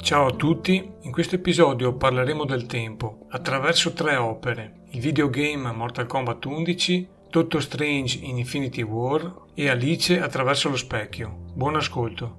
Ciao a tutti, in questo episodio parleremo del tempo attraverso 3 opere, il videogame Mortal Kombat 11, Doctor Strange in Infinity War e Alice attraverso lo specchio. Buon ascolto.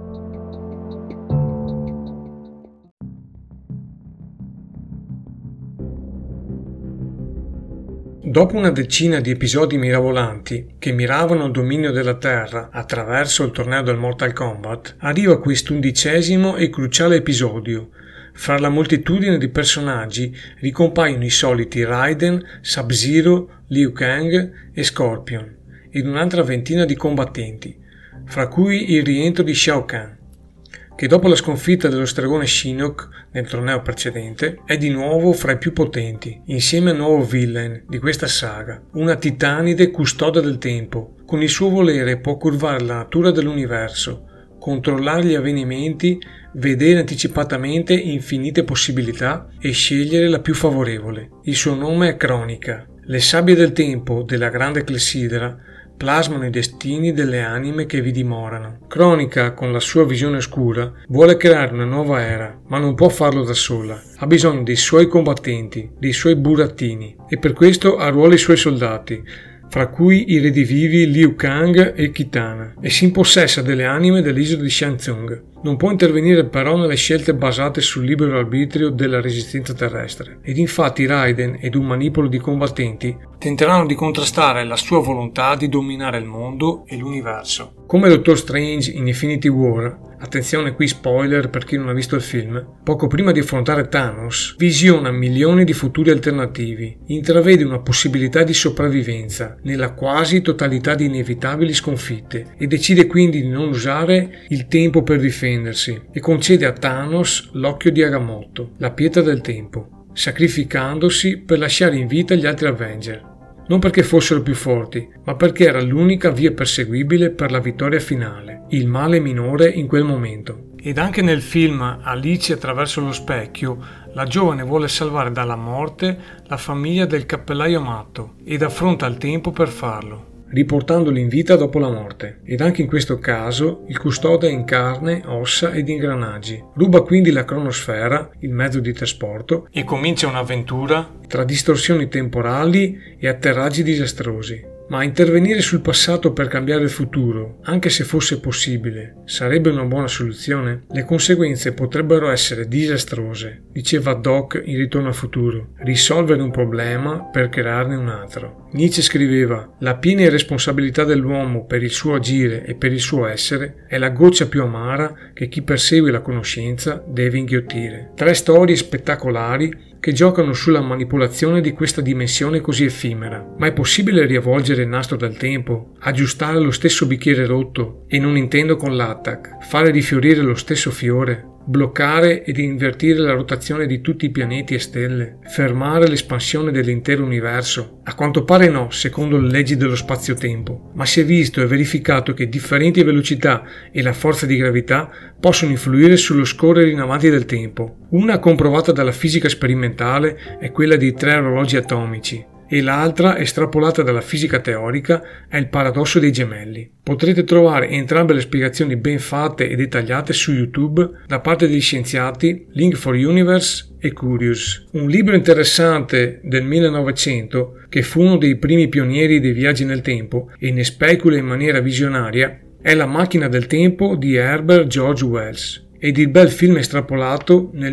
Dopo una decina di episodi mirabolanti che miravano al dominio della Terra attraverso il torneo del Mortal Kombat, arriva quest'undicesimo e cruciale episodio. Fra la moltitudine di personaggi ricompaiono i soliti Raiden, Sub-Zero, Liu Kang e Scorpion, ed un'altra ventina di combattenti, fra cui il rientro di Shao Kahn, che dopo la sconfitta dello stregone Shinnok nel torneo precedente è di nuovo fra i più potenti, insieme al nuovo villain di questa saga, una titanide custode del tempo. Con il suo volere può curvare la natura dell'universo, controllare gli avvenimenti, vedere anticipatamente infinite possibilità e scegliere la più favorevole. Il suo nome è Kronika. Le sabbie del tempo della grande clessidra plasmano i destini delle anime che vi dimorano. Kronika, con la sua visione oscura, vuole creare una nuova era, ma non può farlo da sola. Ha bisogno dei suoi combattenti, dei suoi burattini, e per questo arruola i suoi soldati, fra cui i redivivi Liu Kang e Kitana, e si impossessa delle anime dell'isola di Shang Non può intervenire però nelle scelte basate sul libero arbitrio della resistenza terrestre, ed infatti Raiden ed un manipolo di combattenti tenteranno di contrastare la sua volontà di dominare il mondo e l'universo. Come Doctor Strange in Infinity War, attenzione qui spoiler per chi non ha visto il film, poco prima di affrontare Thanos, visiona milioni di futuri alternativi, intravede una possibilità di sopravvivenza nella quasi totalità di inevitabili sconfitte e decide quindi di non usare il tempo per difendersi e concede a Thanos l'occhio di Agamotto, la pietra del tempo, sacrificandosi per lasciare in vita gli altri Avenger. Non perché fossero più forti, ma perché era l'unica via perseguibile per la vittoria finale, il male minore in quel momento. Ed anche nel film Alice attraverso lo specchio, la giovane vuole salvare dalla morte la famiglia del cappellaio matto ed affronta il tempo per farlo, riportandoli in vita dopo la morte. Ed anche in questo caso il custode è in carne, ossa ed ingranaggi. Ruba quindi la cronosfera, il mezzo di trasporto, e comincia un'avventura tra distorsioni temporali e atterraggi disastrosi. Ma intervenire sul passato per cambiare il futuro, anche se fosse possibile, sarebbe una buona soluzione? Le conseguenze potrebbero essere disastrose, diceva Doc in Ritorno al futuro. Risolvere un problema per crearne un altro. Nietzsche scriveva: la piena irresponsabilità dell'uomo per il suo agire e per il suo essere è la goccia più amara che chi persegue la conoscenza deve inghiottire. 3 storie spettacolari che giocano sulla manipolazione di questa dimensione così effimera. Ma è possibile riavvolgere il nastro del tempo, aggiustare lo stesso bicchiere rotto, e non intendo con l'attack, fare rifiorire lo stesso fiore, bloccare ed invertire la rotazione di tutti i pianeti e stelle, fermare l'espansione dell'intero universo? A quanto pare no, secondo le leggi dello spazio-tempo, ma si è visto e verificato che differenti velocità e la forza di gravità possono influire sullo scorrere in avanti del tempo. Una comprovata dalla fisica sperimentale è quella dei 3 orologi atomici, e l'altra, estrapolata dalla fisica teorica, è il paradosso dei gemelli. Potrete trovare entrambe le spiegazioni ben fatte e dettagliate su YouTube da parte degli scienziati Link for Universe e Curious. Un libro interessante del 1900, che fu uno dei primi pionieri dei viaggi nel tempo e ne specula in maniera visionaria, è La macchina del tempo di Herbert George Wells. Ed il bel film estrapolato nel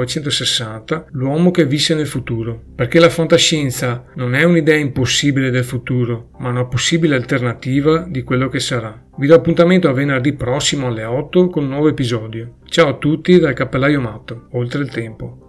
1960, L'uomo che visse nel futuro, perché la fantascienza non è un'idea impossibile del futuro, ma una possibile alternativa di quello che sarà. Vi do appuntamento a venerdì prossimo alle 8 con un nuovo episodio. Ciao a tutti dal Cappellaio Matto, oltre il tempo.